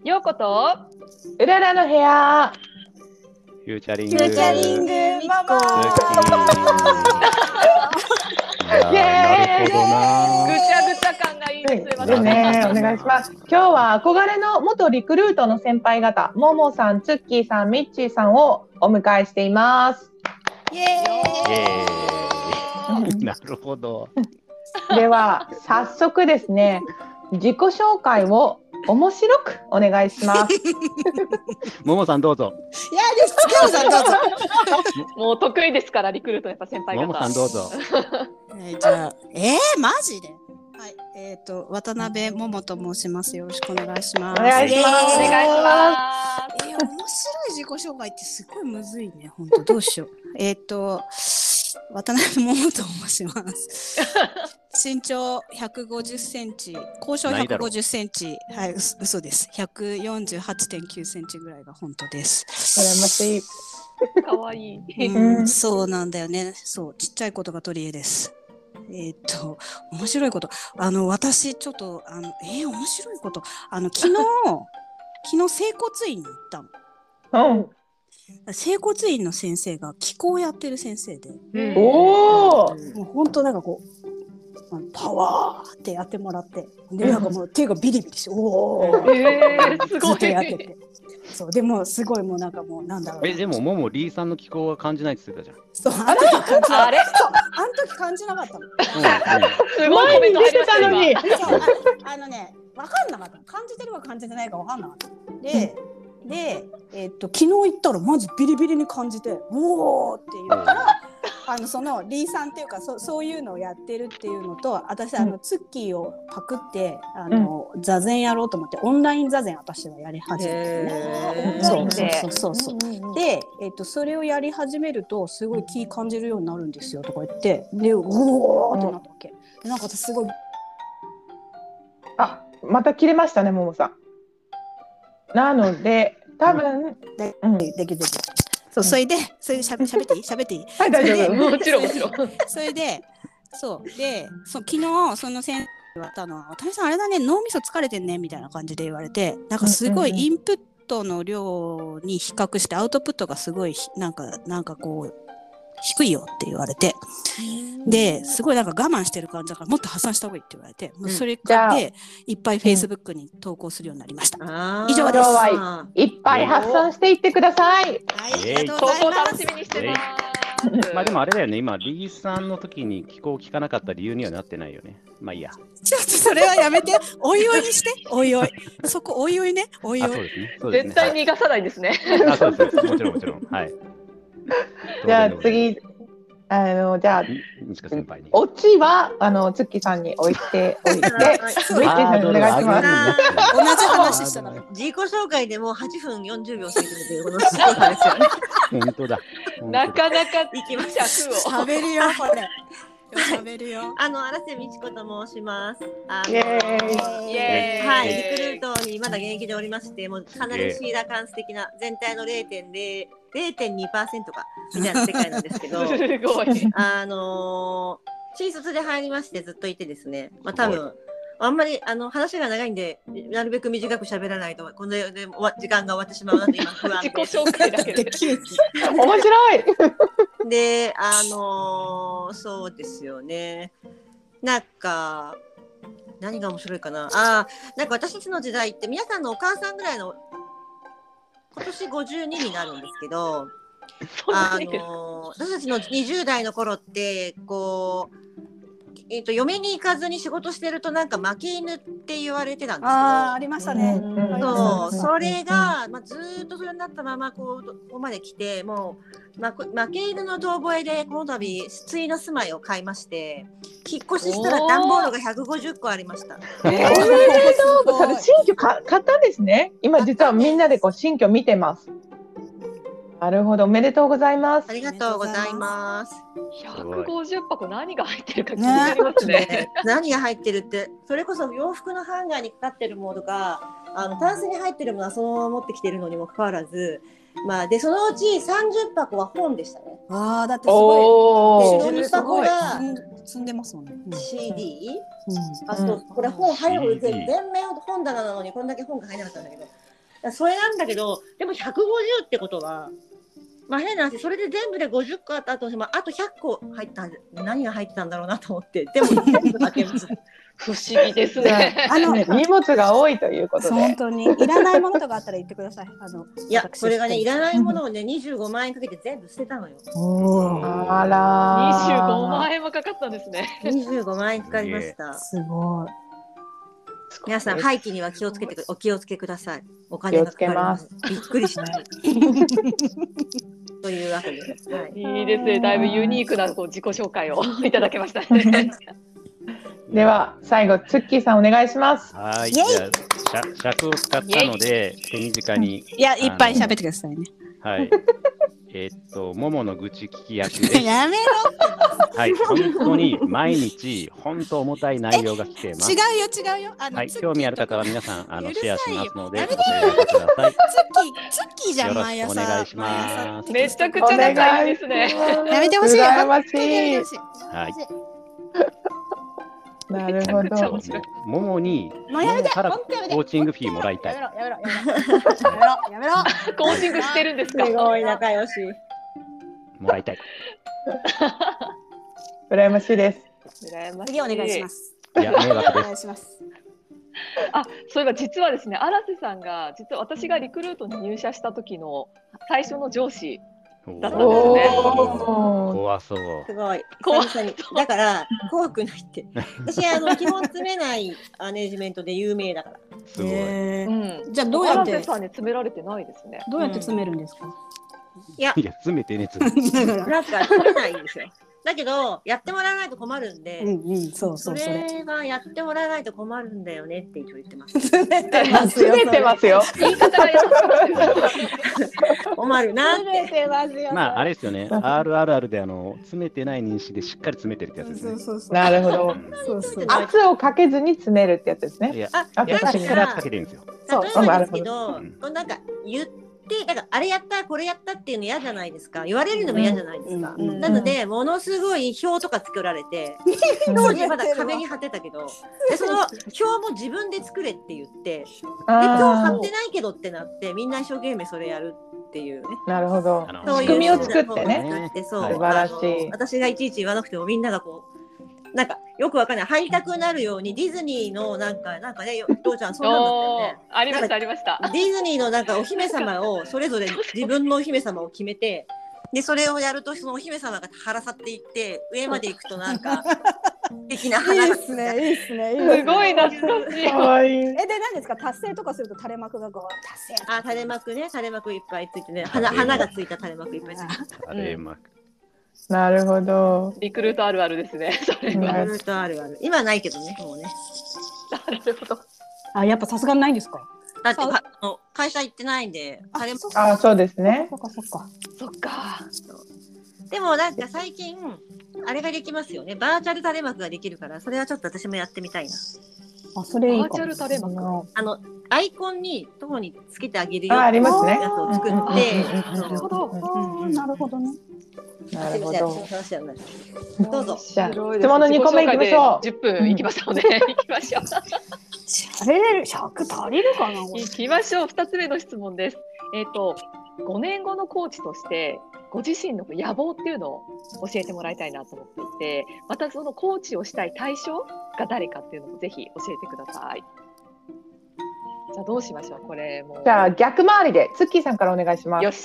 ようことうららの部屋。 フューチャリンフグューチャリングママいやー、なるほどなぐちゃぐちゃ感がいいです。 ですね、お願いします。今日は憧れの元リクルートの先輩方、ももさん、ツッキーさん、ミッチーさんをお迎えしています。 イエーイなるほど。 では早速ですね、自己紹介を面白くお願いします。 ももさんどうぞ。 いやです。きょうさんどうぞ。 もう得意ですから、リクルートやっぱ先輩方。 ももさんどうぞ。 じゃあ、マジで。はい、渡辺桃と申します。よろしくお願いします。 お願いします。 お願いします。 面白い自己紹介ってすごいむずいね。本当どうしよう。渡辺桃と申します。身長150センチ、高所150センチ、はい、嘘です。148.9センチぐらいが本当です。 羨ましい。 かわいい。 そうなんだよね。そう、ちっちゃいことが取り柄です。面白いこと。私ちょっと面白いこと。昨日整骨院に行ったの。整骨院の先生が気功やってる先生で、 おー、 もう本当なんかこうパワーってやってもらって、でなんかもう手がビリビリして、おー、 すごい。 ずっとやってて、そうでもすごいもうなんかもうなんだろう。 でもももリーさんの気候は感じないって言ってたじそう、あの時感じなかった。 あれ？ そう、あの時感じなかったの。 すごいコメント入りましたのに。 そう、分かんなかった。感じてるか感じてないか分かんなかった。で、昨日行ったらマジビリビリに感じて、おーって言ったら、そのリーさんっていうかそういうのをやってるっていうのと、私ツッキーをパクって座禅やろうと思ってオンライン座禅私はやり始めてね。そう。で、それをやり始めるとすごい気感じるようになるんですよとか言って、でおーってなったわけ。でなんかすごい。 また切れましたね、ももさん。なので多分できる。そう、それで喋っていい？ はい、大丈夫。 もちろん。 それで、昨日その先生に言われたのは、渡辺さんあれだね、脳みそ疲れてんねみたいな感じで言われて、なんかすごいインプットの量に比較してアウトプットがすごいなんかこう低いよって言われて、ですごいなんか我慢してる感じだからもっと発散した方がいいって言われて、もうそれでいっぱい Facebook に投稿するようになりました。以上です。 いっぱい発散していってください。 はい、ありがとうございます。 楽しみにしてます。 まあでもあれだよね、今リーさんの時に気候を聞かなかった理由にはなってないよね。まあいいや。 ちょっとそれはやめて。おいおいにして。おいおい。そこおいおいね。おいおい。 そうですね。 絶対逃がさないですね。 そうです。もちろん。はい。 じゃあ次、じゃあオチはツッキーさんに置いておいて、お願いします。 同じ話したの。 自己紹介でも8分40秒過ぎてるというこのすごさですよね。 本当だ。 なかなか行きましょう。 喋るよこれ。喋るよ。 荒瀬美智子と申します。 イエーイ。 はい、リクルートにまだ現役でおりまして、もうかなりシーラカンス的な全体の0.2% かみたいな世界なんですけど、 すごい。 新卒で入りましてずっといてですね、まあ多分あんまり話が長いんでなるべく短く喋らないとこので時間が終わってしまうなと今不安で。 自己紹介だけで面白い。 でそうですよね。なんか何が面白いかな。なんか私たちの時代って皆さんのお母さんぐらいの今年52になるんですけど、私たちの20代の頃ってこう。嫁に行かずに仕事してるとなんか負け犬って言われてたんですけど、 ありましたね。 それが、ずっとそれになったままここまで来て、もう負け犬の遠吠えでこの度対の住まいを買いまして、引っ越ししたら段ボールが150個ありました。 新居買ったんですね。今実はみんなで新居見てます。なるほど、おめでとうございます。 ありがとうございます。 150箱何が入ってるか気になりますね。 何が入ってるって、それこそ洋服のハンガーにかかってるものとか、タンスに入ってるものはそのまま持ってきてるのにもかかわらず、でそのうち30箱は本でしたね。 だってすごい。 12箱が積んでますもんね。 CD。これ本入る全面本棚なのにこんだけ本が入らなかったんだけど。 それなんだけど、でも150ってことは、まあ変な話、それで全部で50個あった後、あと100個入ったんで、何が入ってたんだろうなと思って、でも全部開けます。 不思議ですね。 荷物が多いということで。 本当にいらないものとかあったら言ってください。 いや、それがね、いらないものをね、25万円かけて全部捨てたのよ。 あら。 25万円もかかったんですね。 25万円かかりました。 すごい。 皆さん、廃棄にはお気をつけください。お金がかかります。びっくりした。というわけで、 いいですね。だいぶユニークな自己紹介をいただけましたね。 では最後ツッキーさんお願いします。 はい。じゃあ尺を使ったので手短に。 いや、いっぱい喋ってくださいね。 はい。ももの愚痴聞き役でやめろ。 はい、本当に毎日本当重たい内容が来てます。 違うよ。 はい、興味ある方は皆さんシェアしますので、 お問い合わせください。 ツッキーじゃん、毎朝。 よろしくお願いします。 めちゃくちゃ仲いいですね。 やめてほしいよ。 羨ましい。 はい。 なるほど。 ももにからコーチングフィーもらいたい。 やめろ。 コーチングしてるんですか。 すごい仲良し。 もらいたい。 羨ましいです。 次お願いします。 いや、迷惑お願いします。 そういえば実はですね、荒瀬さんが実は私がリクルートに入社した時の最初の上司だったんですね。 怖そう。 すごい。だから怖くないって。私基本詰めないマネジメントで有名だから。 すごい。 じゃあどうやって荒瀬さんに詰められてないですね。 どうやって詰めるんですか。 いや詰めてね。 なんか詰めないんですよ。だけどやってもらわないと困るんで、それはやってもらわないと困るんだよねって言ってます。 詰めてますよ。 言い方が困るなって。 まああれですよね。RRR で詰めてない認識でしっかり詰めてるってやつですね。 なるほど。圧をかけずに詰めるってやつですね。 いや、力かけてるんですよ。 例えばですけど、なんか言ってだからあれやったこれやったっていうの嫌じゃないですか。言われるのも嫌じゃないですか。なのでものすごい表とか作られて、当時まだ壁に貼ってたけど、でその表も自分で作れって言って、で今日貼ってないけどってなってみんな一生懸命それやるっていうね。 なるほど。 そういう仕組みを作ってね。 素晴らしい。 私がいちいち言わなくてもみんながこう。なんかよくわかんない入りたくなるようにディズニーのなんかね父ちゃんそんなんだったよね。 ありました。 ディズニーのなんかお姫様をそれぞれ自分のお姫様を決めて、でそれをやるとそのお姫様が腹さっていって上まで行くとなんか的な花がいいですね。 すごい懐かしい。 で何ですか達成とかすると垂れ幕がこう達成。 垂れ幕ね垂れ幕いっぱいついてね花がついた垂れ幕いっぱいついて。 垂れ幕。 なるほど。 リクルートあるあるですね。 リクルートあるある。今ないけどね、もうね。 なるほど。 やっぱさすがにないんですか。 だって会社行ってないんで。 そうですね。 そっか。 でもなんか最近あれができますよね。バーチャル垂れ幕ができるから、それはちょっと私もやってみたいな。 それいいかも。 バーチャル垂れ幕。 アイコンにとこにつけてあげるよありますね。 やつを作って。 なるほど。なるほどね。 なるほど。 どうぞ。 質問の2個目いきましょう。 10分いきましょうね。いきましょう。 喋れる100足りるかな。 いきましょう。2つ目の質問です。5年後のコーチとしてご自身の野望っていうのを教えてもらいたいなと思っていて、またそのコーチをしたい対象が誰かっていうのもぜひ教えてください。じゃあどうしましょうこれも。 じゃあ逆回りでツッキーさんからお願いします。 よし。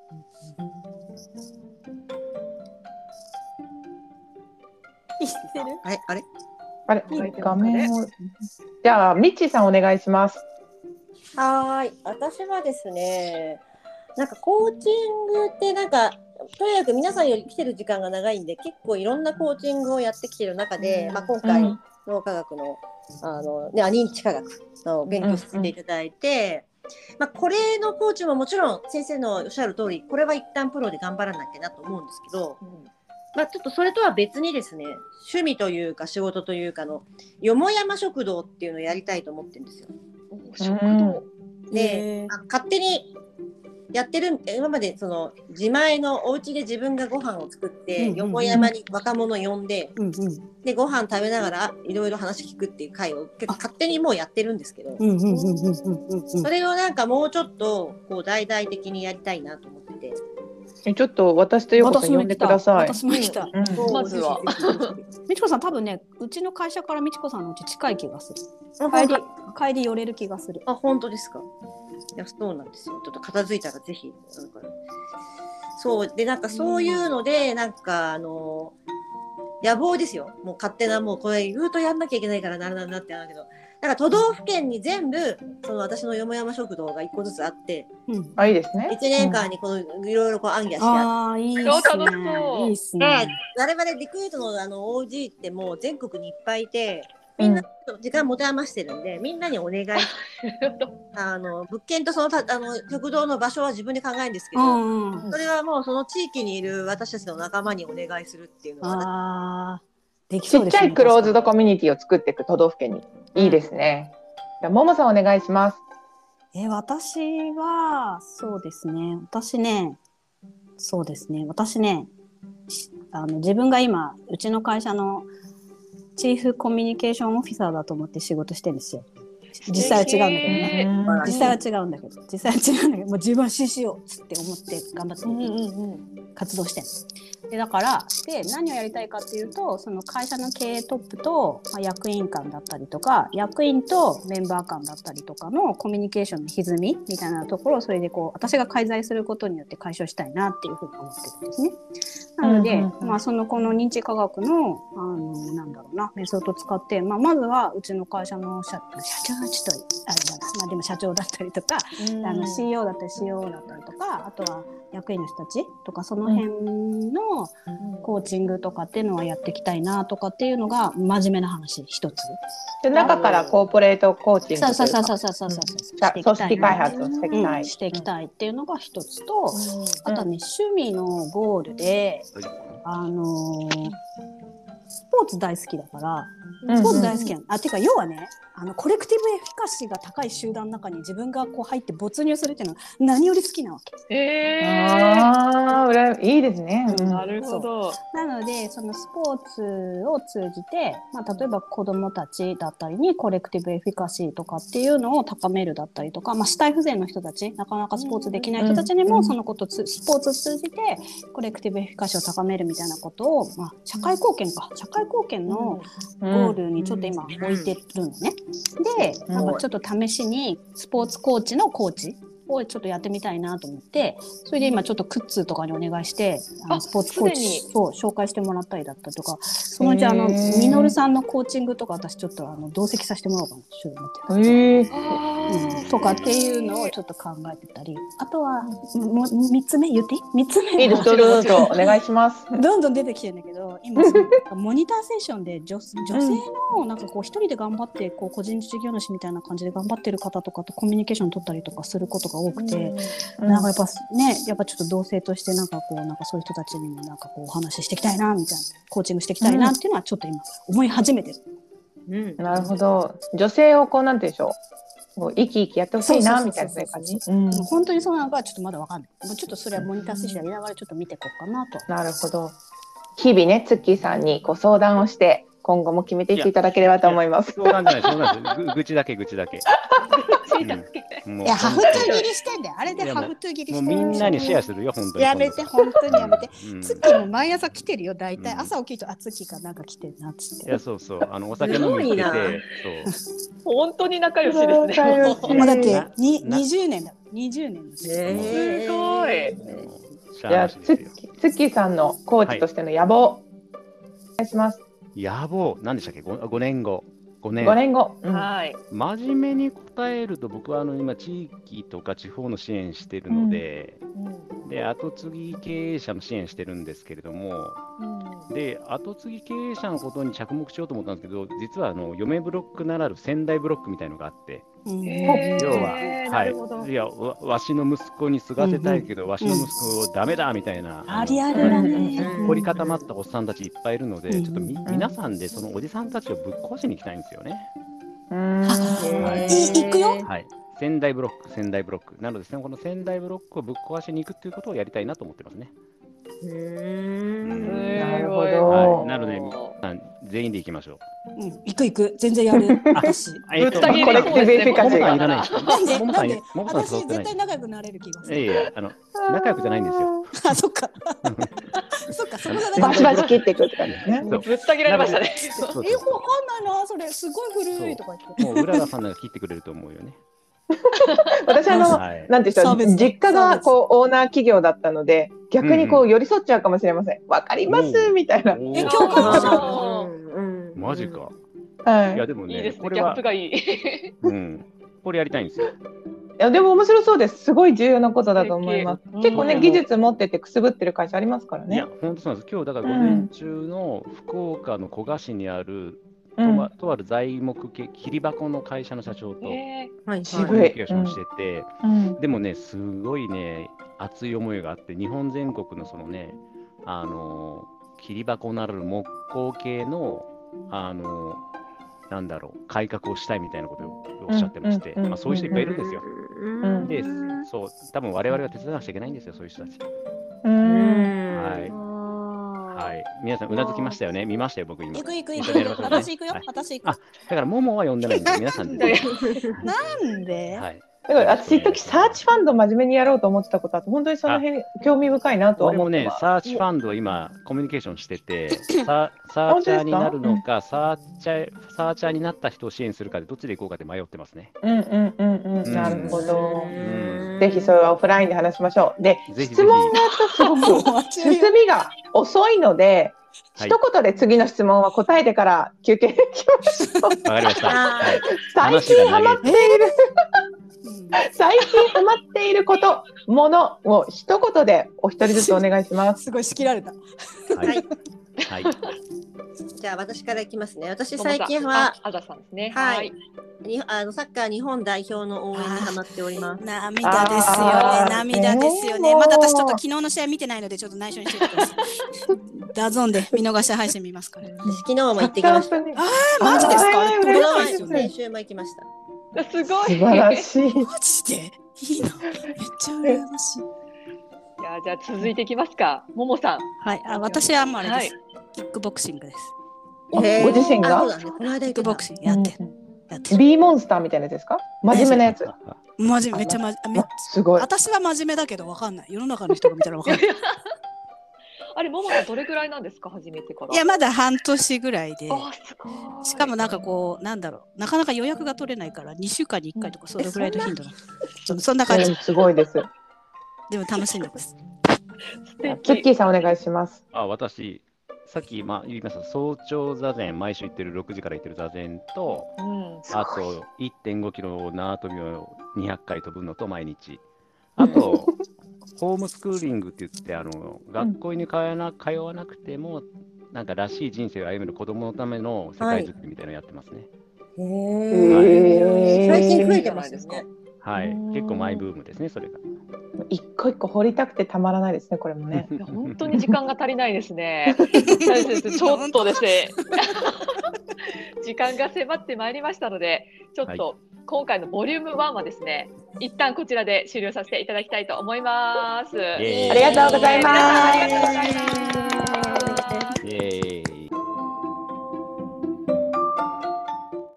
あれ画面を。じゃあミッチーさんお願いします。 私はですね、なんかコーチングってなんかとにかく皆さんより来てる時間が長いんで結構いろんなコーチングをやってきてる中で、今回脳科学の認知科学の勉強させていただいて、これのコーチももちろん先生のおっしゃる通りこれは一旦プロで頑張らなきゃなと思うんですけど、ちょっとそれとは別にですね趣味というか仕事というかのよもやま食堂っていうのをやりたいと思ってるんですよ。 食堂で勝手にやってる今までその自前のお家で自分がご飯を作って、よもやまに若者呼んで、でご飯食べながらいろいろ話聞くっていう会を結構勝手にもうやってるんですけど、それをなんかもうちょっとこう大々的にやりたいなと思ってて。 ちょっと私とよこさん呼んでください。 私も来た。 まずはみちこさん多分ね、うちの会社からみちこさんのうち近い気がする。帰り寄れる気がする。 あ、本当ですか。いや、そうなんですよ。ちょっと片付いたらぜひ。そうで、なんかそういうので、なんか野望ですよ。もう勝手な、もうこれ言うとやんなきゃいけないからなるなってあるけど、なんか都道府県に全部その私のよもやま食堂が1個ずつあって、 あ、いいですね。 1年間にこのいろいろこう暗記してあって、 いいですね。 我々リクルートのOG ってもう全国にいっぱいいて、みんな時間持て余してるんで、みんなにお願い物件とその食堂の場所は自分で考えるんですけど、それはもうその地域にいる私たちの仲間にお願いするっていうのはできそうですね。 ちっちゃいクローズドコミュニティを作っていく都道府県にいいですね。じゃあももさんお願いします。 私はそうですね。私ね自分が今うちの会社のチーフコミュニケーションオフィサーだと思って仕事してるんですよ。実際は違うんだけどね。実際は違うんだけど、もう自分はしようって思って頑張って活動してる。でだから何をやりたいかっていうと、その会社の経営トップと、役員間だったりとか、役員とメンバー間だったりとかのコミュニケーションの歪みみたいなところを、それでこう私が介在することによって解消したいなっていうふうに思ってるんですね。なので、そのこの認知科学のメソッドを使って、まずはうちの会社の社長はちょっとあれだな、でも社長だったりとか、CEO だったり COO だったりとか、あとは役員の人たちとか、その辺のコーチングとかっていうのはやっていきたいなとかっていうのが真面目な話一つ。 で中からコーポレートコーチングというか、 組織開発をしていきたい、 していきたいっていうのが一つと、あとはね、趣味のゴールでスポーツ大好きだから、スポーツ大好きなの。ていうか要はね、コレクティブエフィカシーが高い集団の中に自分がこう入って没入するっていうのは何より好きなわけ。 いいですね。 なるほど。 なのでそのスポーツを通じて、例えば子どもたちだったりにコレクティブエフィカシーとかっていうのを高めるだったりとか、肢体不全の人たち、なかなかスポーツできない人たちにもそのことスポーツを通じてコレクティブエフィカシーを高めるみたいなことを、社会貢献のゴールにちょっと今置いてるのね。で、なんかちょっと試しにスポーツコーチのコーチをちょっとやってみたいなと思って、それで今ちょっとクッツーとかにお願いしてスポーツコーチ紹介してもらったりだったりとか、そのうちミノルさんのコーチングとか私ちょっと同席させてもらおうかなとかっていうのをちょっと考えてたり、あとは3つ目言っていい？3つ目いいです、どうぞお願いします。 どんどん出てきてるんだけど、今モニターセッションで女性のなんかこう一人で頑張ってこう個人事業主みたいな感じで頑張ってる方とかとコミュニケーション取ったりとかすることが多くて、なんかやっぱちょっと同性としてなんかそういう人たちにもなんかこうお話ししていきたいなみたいな、コーチングしていきたいなっていうのはちょっと今思い始めてる。 なるほど。女性をこうなんていうんでしょう、生き生きやってほしいなみたいな感じ。 本当にそうなのかちょっとまだわかんない。もうちょっとそれはモニターセッションやりながらちょっと見ていこうかなと。 なるほど。日々ね、ツッキーさんにご相談をして今後も決めていっていただければと思います。 そうなんじゃない、そうなんです。愚痴だけ。 いや、ハフトゥー切りしてんだよ。あれでハフトゥー切りしてんだよ。 もうみんなにシェアするよ、本当に。 やめて、本当にやめて。ツッキーも毎朝来てるよ、大体。朝起きると、ツッキーがなんか来てるなっつって。 いや、そう。お酒飲みに行ってて、 本当に仲良しですね。 もうだって20年だ。20年です。 すごい。 じゃあツッキーさんのコーチとしての野望、お願いします。 野望、何でしたっけ？5年後。 5年後。 はい。 真面目に答えると、僕は今地域とか地方の支援してるので、で後継ぎ経営者の支援してるんですけれども、で後継ぎ経営者のことに着目しようと思ったんですけど、実は嫁ブロックならぬ仙台ブロックみたいのがあって、要は、いやわしの息子に継がせたいけど、わしの息子ダメだみたいな、 ありあるだね。 凝り固まったおっさんたちいっぱいいるので、ちょっと皆さんでそのおじさんたちをぶっ壊しに行きたいんですよね。 行くよ。 はい。 仙台ブロックなので、この仙台ブロックをぶっ壊しに行くっていうことをやりたいなと思ってますね。 なるほど。 なので、全員で行きましょう。 行く。全然やる。私。 ぶった切りそうですね。 ももさんいらないですか？ なんで私絶対仲良くなれる気がする。 いや仲良くじゃないんですよ。 あ、そっか。そっか、そこじゃない。 バチバチ切っていくって感じね。 ぶった切られましたね。 わかんないな、それすごい古いとか言って。 もう浦田さんなんか切ってくれると思うよね。 私なんていう人、実家がこうオーナー企業だったので、逆にこう寄り添っちゃうかもしれません。わかりますみたいな。 共感しよう。マジか。 はい。 いやでもね、 これはギャップがいい。 これやりたいんですよ。 いやでも面白そうです。すごい重要なことだと思います。結構ね、技術持っててくすぶってる会社ありますからね。 いや本当そうなんです。今日だから午前中の福岡の古賀市にあるとある材木系切り箱の会社の社長とコミュニケーションしてて、でもねすごいね熱い思いがあって、日本全国のそのね切り箱なる木工系のなんだろう改革をしたいみたいなことをおっしゃってまして、そういう人いっぱいいるんですよ。で、そう多分我々が手伝わなきゃいけないんですよ、そういう人たち。はい、皆さんうなずきましたよね。見ましたよ僕今。 行く。私行くよ。私行く。 だからモモは呼んでないんで皆さんで。 なんで？ はい。だから私一時サーチファンド真面目にやろうと思ってたことあって、本当にその辺興味深いなとは思ってます。 俺もね、サーチファンドを今コミュニケーションしてて、サーチャーになるのか、サーチャーになった人を支援するかでどっちで行こうかって迷ってますね。 なるほど。ぜひそれはオフラインで話しましょう。で、質問がすごく進みが遅いので、一言で次の質問は答えてから休憩できましょう。 わかりました。 最近ハマっている。最近ハマっていること、ものを一言でお一人ずつお願いします。 すごい仕切られた。 はい。じゃあ私からいきますね。私最近はあざさんですね。 はい。サッカー日本代表の応援にハマっております。 涙ですよね。涙ですよね。まだ私ちょっと昨日の試合見てないのでちょっと内緒にしてください。ダゾーンで見逃し配信見ますから。 昨日も行ってきました。 マジですか？ 取れないですよね。先週も行きました。 すごい。 素晴らしい。 マジでいいな。めっちゃ羨ましい。 じゃあ続いていきますか。ももさん。 はい。私はもうあれです。キックボクシングです。 ご自身が？ キックボクシングやってる。 B モンスターみたいなやつですか？真面目なやつ。 めっちゃすごい。 私は真面目だけどわかんない。世の中の人が見たらわかんない。 あれ、ももさんどれくらいなんですか、始めてから。 いや、まだ半年ぐらいで。しかもなんかこう、なんだろう、なかなか予約が取れないから、2週間に1回とか、それぐらいの頻度そんな感じ。 すごいです。 でも楽しんでます。 ツッキーさんお願いします。 私、さっき言いました、早朝座禅、毎週行ってる6時から行ってる座禅と、あと 1.5 キロ縄跳びを200回飛ぶのと毎日。あと、ホームスクーリングって言って、学校に通わなくても、なんからしい人生を歩める子供のための世界づくりみたいなのをやってますね。 最近増えてますですね。 はい、結構マイブームですね、それが。 一個一個掘りたくてたまらないですね、これもね。 本当に時間が足りないですね。ちょっとですね。時間が迫ってまいりましたので、ちょっと今回のボリューム1はですね、一旦こちらで終了させていただきたいと思います。 ありがとうございます。 イエーイ。